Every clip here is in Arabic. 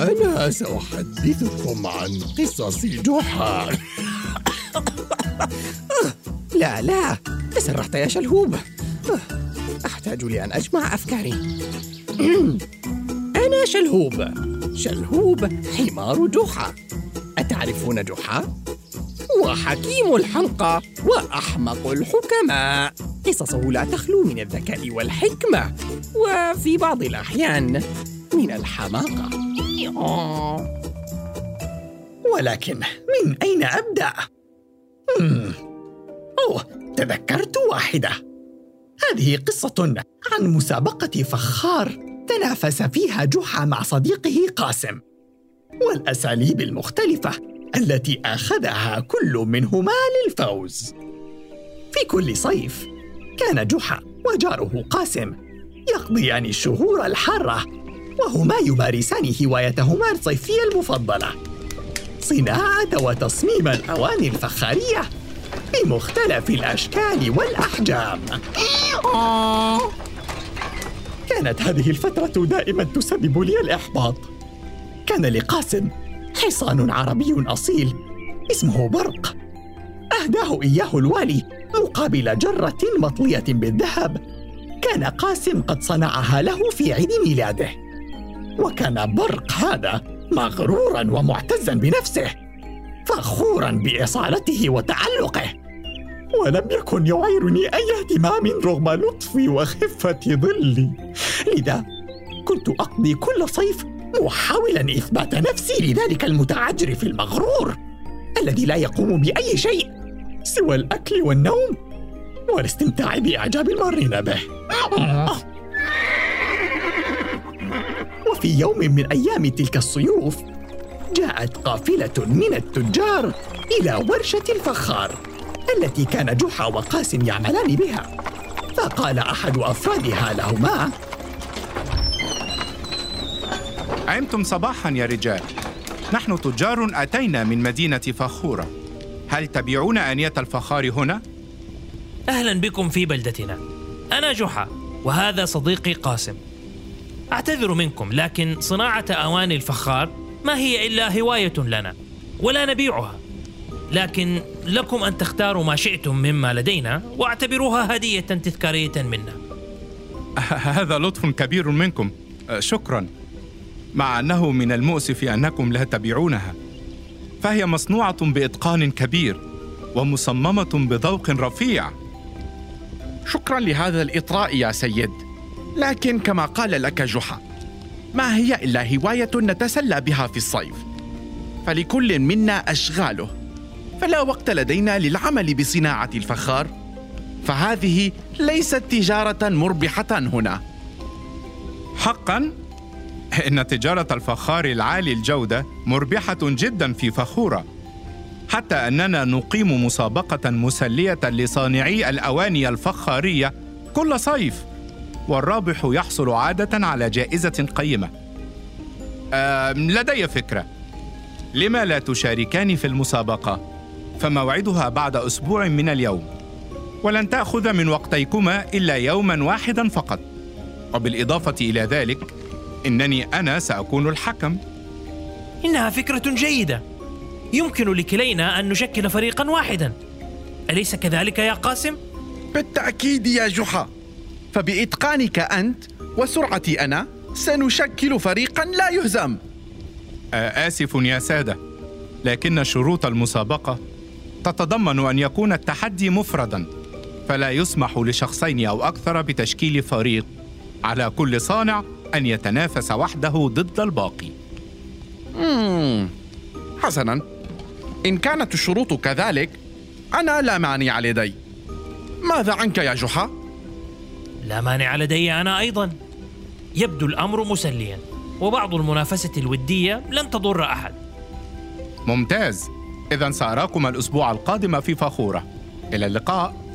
أنا سأحدثكم عن قصص جحا. لا تسرحت يا شلهوب. أحتاج لأن أجمع أفكاري. أنا شلهوب حمار جحا. أتعرفون جحا؟ وحكيم الحمقى وأحمق الحكماء. قصصه لا تخلو من الذكاء والحكمة، وفي بعض الأحيان من الحماقة. ولكن من أين أبدأ؟ تذكرت واحدة. هذه قصة عن مسابقة فخار تنافس فيها جحا مع صديقه قاسم، والأساليب المختلفة التي أخذها كل منهما للفوز. في كل صيف كان جحا وجاره قاسم يقضيان الشهور الحارة وهما يمارسان هوايتهما الصيفية المفضلة، صناعة وتصميم الأواني الفخارية بمختلف الأشكال والأحجام. كانت هذه الفترة دائما تسبب لي الإحباط. كان لقاسم حصان عربي أصيل اسمه برق، أهداه إياه الوالي مقابل جرة مطلية بالذهب كان قاسم قد صنعها له في عيد ميلاده. وكان برق هذا مغرورا ومعتزا بنفسه، فخورا بإصالته وتعلقه، ولم يكن يعيرني أي اهتمام رغم لطفي وخفة ظلي. لذا كنت أقضي كل صيف محاولا إثبات نفسي لذلك المتعجرف المغرور الذي لا يقوم بأي شيء سوى الأكل والنوم والاستمتاع بإعجاب المارين به. وفي يوم من أيام تلك الصيوف جاءت قافلة من التجار إلى ورشة الفخار التي كان جحا وقاسم يعملان بها، فقال أحد أفرادها لهما: عمتم صباحا يا رجال، نحن تجار أتينا من مدينة فخورة، هل تبيعون آنية الفخار هنا؟ أهلا بكم في بلدتنا. أنا جحا وهذا صديقي قاسم. أعتذر منكم، لكن صناعة أواني الفخار ما هي إلا هواية لنا ولا نبيعها، لكن لكم أن تختاروا ما شئتم مما لدينا واعتبروها هدية تذكارية منا. هذا لطف كبير منكم، شكرا. مع أنه من المؤسف أنكم لا تبيعونها، فهي مصنوعة بإتقان كبير ومصممة بذوق رفيع. شكرا لهذا الإطراء يا سيد، لكن كما قال لك جحا، ما هي إلا هواية نتسلى بها في الصيف، فلكل منا أشغاله، فلا وقت لدينا للعمل بصناعة الفخار، فهذه ليست تجارة مربحة هنا. حقاً؟ إن تجارة الفخار العالي الجودة مربحة جداً في فخورة، حتى أننا نقيم مسابقة مسلية لصانعي الأواني الفخارية كل صيف، والرابح يحصل عادة على جائزة قيمة. لدي فكرة، لما لا تشاركان في المسابقة؟ فموعدها بعد أسبوع من اليوم، ولن تأخذ من وقتيكما إلا يوماً واحداً فقط، وبالإضافة إلى ذلك إنني أنا سأكون الحكم. إنها فكرة جيدة، يمكن لكلينا أن نشكل فريقاً واحداً، أليس كذلك يا قاسم؟ بالتأكيد يا جحا، فبإتقانك أنت وسرعتي أنا سنشكل فريقاً لا يهزم. آسف يا سادة، لكن شروط المسابقة تتضمن أن يكون التحدي مفرداً، فلا يسمح لشخصين أو أكثر بتشكيل فريق، على كل صانع أن يتنافس وحده ضد الباقي. حسناً، إن كانت الشروط كذلك أنا لا مانع لدي. ماذا عنك يا جحا؟ لا مانع لدي أنا أيضاً. يبدو الأمر مسلياً، وبعض المنافسة الودية لن تضر أحد. ممتاز، إذن سأراكم الأسبوع القادم في فخورة. إلى اللقاء.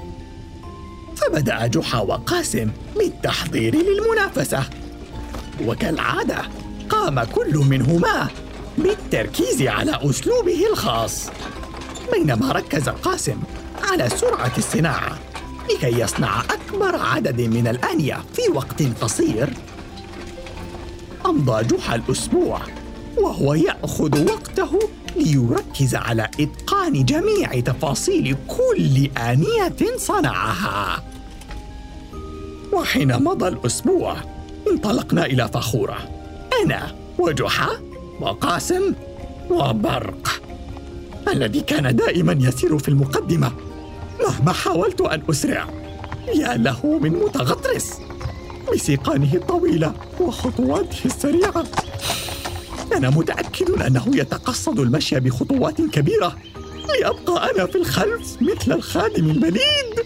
فبدأ جحا وقاسم بالتحضير للمنافسة، وكالعادة قام كل منهما بالتركيز على أسلوبه الخاص، بينما ركز قاسم على سرعة الصناعة لكي يصنع أكبر عدد من الآنية في وقت قصير. أمضى جحا الأسبوع وهو يأخذ وقته ليركز على إتقان جميع تفاصيل كل آنية صنعها. وحين مضى الأسبوع انطلقنا إلى فخورة، أنا وجحا وقاسم وبرق الذي كان دائما يسير في المقدمة. مهما حاولت أن أسرع يا له من متغطرس بسيقانه الطويلة وخطواته السريعة. أنا متأكد أنه يتقصد المشي بخطوات كبيرة لأبقى أنا في الخلف مثل الخادم البليد.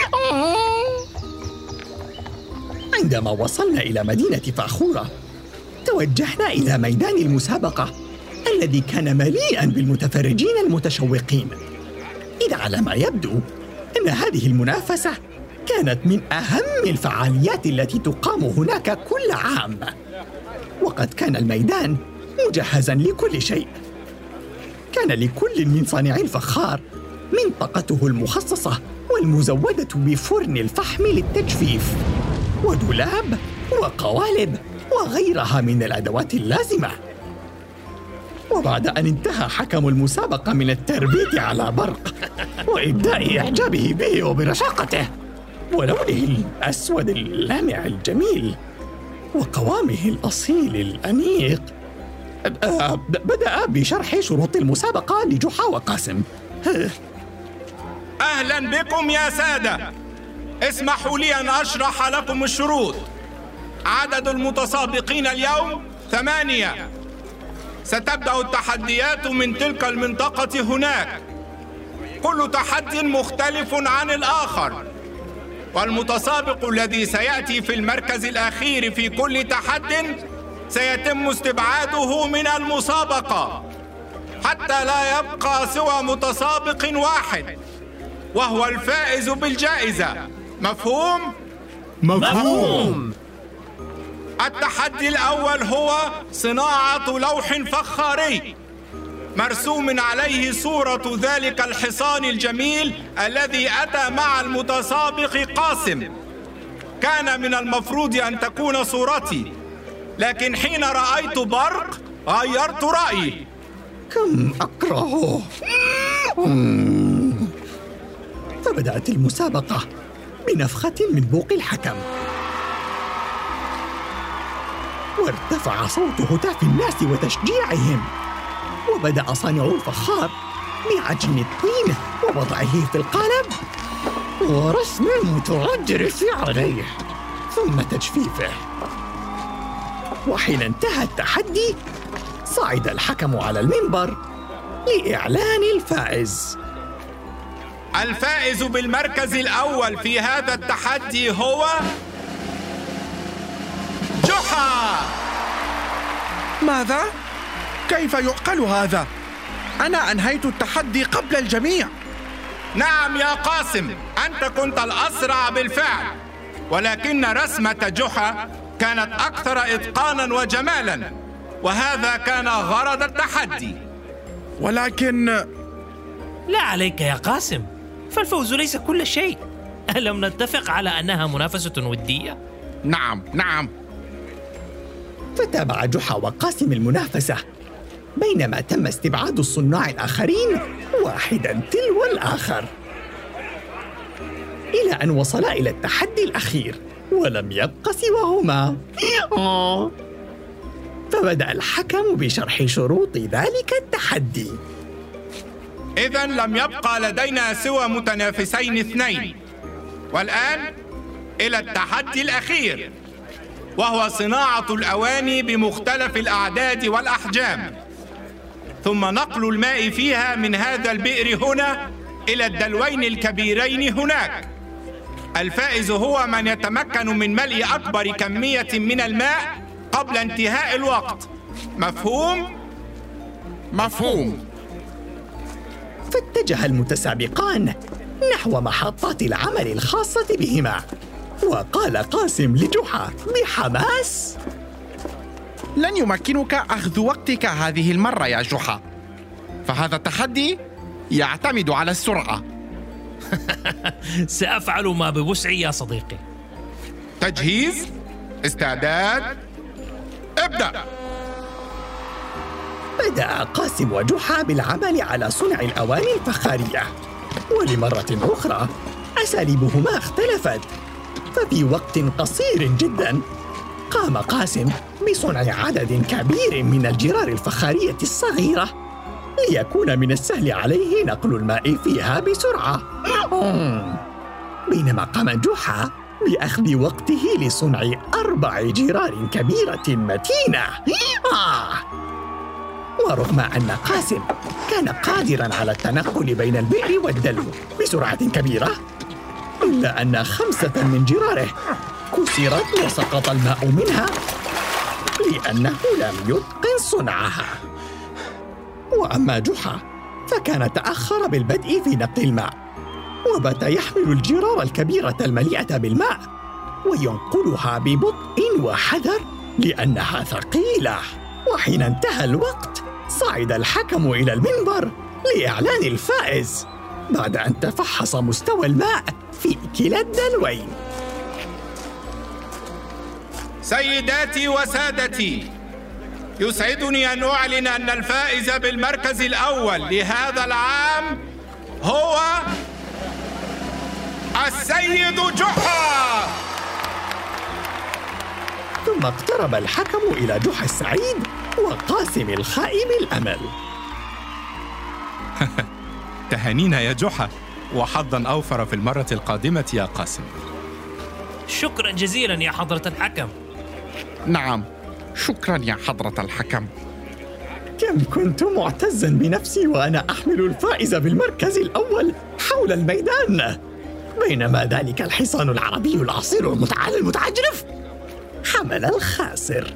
عندما وصلنا إلى مدينة فاخورة توجهنا إلى ميدان المسابقة الذي كان مليئاً بالمتفرجين المتشوقين. إذ على ما يبدو أن هذه المنافسة كانت من أهم الفعاليات التي تقام هناك كل عام، وقد كان الميدان مجهزاً لكل شيء. كان لكل من صانعي الفخار منطقته المخصصة والمزودة بفرن الفحم للتجفيف ودولاب وقوالب وغيرها من الأدوات اللازمة. وبعد أن انتهى حكم المسابقة من التربية على برق وإبداء إعجابه به وبرشاقته ولونه الأسود اللامع الجميل وقوامه الأصيل الأنيق، بدأ بشرح شروط المسابقة لجحا وقاسم. أهلا بكم يا سادة، اسمحوا لي أن أشرح لكم الشروط. عدد المتسابقين اليوم 8. ستبدأ التحديات من تلك المنطقة هناك، كل تحدي مختلف عن الآخر، والمتسابق الذي سيأتي في المركز الأخير في كل تحد سيتم استبعاده من المسابقة حتى لا يبقى سوى متسابق واحد وهو الفائز بالجائزة. مفهوم؟ مفهوم. التحدي الأول هو صناعة لوح فخاري مرسوم عليه صورة ذلك الحصان الجميل الذي أتى مع المتسابق قاسم. كان من المفروض أن تكون صورتي، لكن حين رأيت برق غيرت رأيي. كم أكرهه. فبدأت المسابقة بنفخة من بوق الحكم، وارتفع صوت هتاف الناس وتشجيعهم، وبدأ صانعو الفخار بعجن الطين ووضعه في القالب ورسم المتغطرس عليه ثم تجفيفه. وحين انتهى التحدي صعد الحكم على المنبر لإعلان الفائز. الفائز بالمركز الأول في هذا التحدي هو جحا. ماذا؟ كيف يعقل هذا؟ أنا أنهيت التحدي قبل الجميع. نعم يا قاسم، أنت كنت الأسرع بالفعل، ولكن رسمة جحا كانت أكثر إتقاناً وجمالاً، وهذا كان غرض التحدي. ولكن لا عليك يا قاسم، فالفوز ليس كل شيء. ألم نتفق على أنها منافسة ودية؟ نعم. فتابع جحا وقاسم المنافسة بينما تم استبعاد الصناع الآخرين واحداً تلو الآخر، إلى أن وصلا إلى التحدي الأخير ولم يبق سواهما. فبدأ الحكم بشرح شروط ذلك التحدي. إذن لم يبقى لدينا سوى متنافسين 2، والآن إلى التحدي الأخير، وهو صناعة الأواني بمختلف الأعداد والأحجام، ثم نقل الماء فيها من هذا البئر هنا إلى الدلوين الكبيرين هناك. الفائز هو من يتمكن من ملء أكبر كمية من الماء قبل انتهاء الوقت. مفهوم؟ فاتجه المتسابقان نحو محطات العمل الخاصة بهما، وقال قاسم لجحا بحماس: لن يمكنك أخذ وقتك هذه المرة يا جحا، فهذا التحدي يعتمد على السرعة. سأفعل ما بوسعي يا صديقي. تجهيز، استعداد، ابدأ. بدأ قاسم وجحا بالعمل على صنع الأواني الفخارية، ولمرة أخرى أساليبهما اختلفت. ففي وقت قصير جداً قام قاسم بصنع عدد كبير من الجرار الفخارية الصغيرة ليكون من السهل عليه نقل الماء فيها بسرعة، بينما قام جحا بأخذ وقته لصنع 4 جرار كبيرة متينة. ورغم أن قاسم كان قادراً على التنقل بين البئر والدلو بسرعة كبيرة، إلا أن 5 من جراره كسرت وسقط الماء منها لأنه لم يتقن صنعها. وأما جحا فكان تأخر بالبدء في نقل الماء، وبات يحمل الجرار الكبيرة المليئة بالماء وينقلها ببطء وحذر لأنها ثقيلة. وحين انتهى الوقت صعد الحكم إلى المنبر لإعلان الفائز بعد أن تفحص مستوى الماء في كلا الدلوين. سيداتي وسادتي، يسعدني أن أعلن أن الفائز بالمركز الأول لهذا العام هو السيد جحا. ثم اقترب الحكم إلى جحا السعيد وقاسم الخائب الأمل. تهانينا يا جحا، وحظاً أوفر في المرة القادمة يا قاسم. شكراً جزيلاً يا حضرة الحكم. نعم، شكراً يا حضرة الحكم. كم كنت معتزاً بنفسي وأنا أحمل الفائز بالمركز الأول حول الميدان، بينما ذلك الحصان العربي الأصيل المتعالي المتعجرف حمل الخاسر.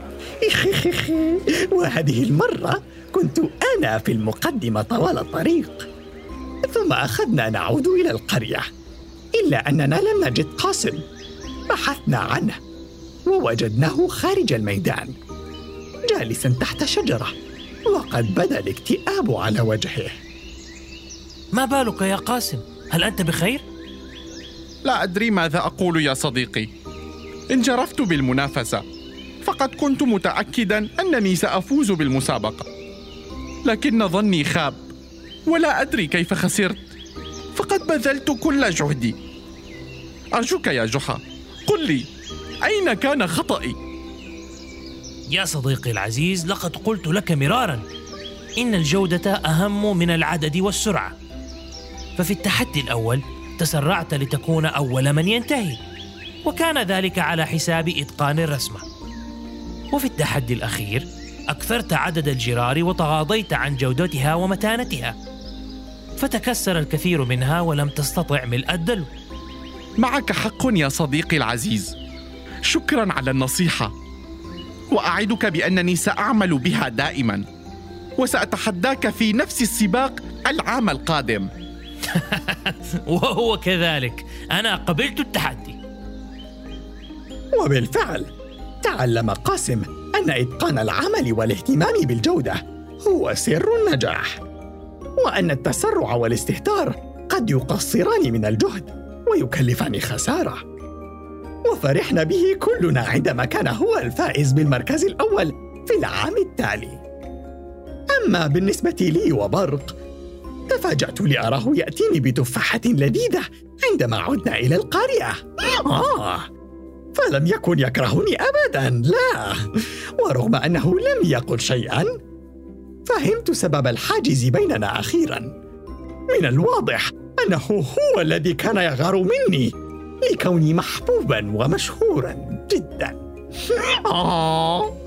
وهذه المرة كنت أنا في المقدمة طوال الطريق. ثم أخذنا نعود إلى القرية، إلا أننا لم نجد قاسم. بحثنا عنه ووجدناه خارج الميدان جالساً تحت شجرة، وقد بدا الاكتئاب على وجهه. ما بالك يا قاسم؟ هل أنت بخير؟ لا أدري ماذا أقول يا صديقي. انجرفت بالمنافسة، فقد كنت متأكداً أنني سأفوز بالمسابقة، لكن ظني خاب، ولا أدري كيف خسرت، فقد بذلت كل جهدي. أرجوك يا جحا، قل لي أين كان خطئي؟ يا صديقي العزيز، لقد قلت لك مراراً إن الجودة أهم من العدد والسرعة. ففي التحدي الأول تسرعت لتكون أول من ينتهي، وكان ذلك على حساب إتقان الرسمة. وفي التحدي الأخير أكثرت عدد الجرار وتغاضيت عن جودتها ومتانتها، فتكسر الكثير منها ولم تستطع ملء الدلو. معك حق يا صديقي العزيز، شكراً على النصيحة، وأعدك بأنني سأعمل بها دائماً، وسأتحداك في نفس السباق العام القادم. وهو كذلك، أنا قبلت التحدي. وبالفعل تعلم قاسم أن إتقان العمل والاهتمام بالجودة هو سر النجاح، وأن التسرع والاستهتار قد يقصران من الجهد ويكلفان خسارة. وفرحنا به كلنا عندما كان هو الفائز بالمركز الأول في العام التالي. أما بالنسبة لي وبرق، تفاجأت لأراه يأتيني بتفاحة لذيذة عندما عدنا إلى القرية. فلم يكن يكرهني أبداً، لا. ورغم أنه لم يقل شيئاً، فهمت سبب الحاجز بيننا أخيراً. من الواضح أنه هو الذي كان يغار مني لكوني محبوباً ومشهوراً جداً.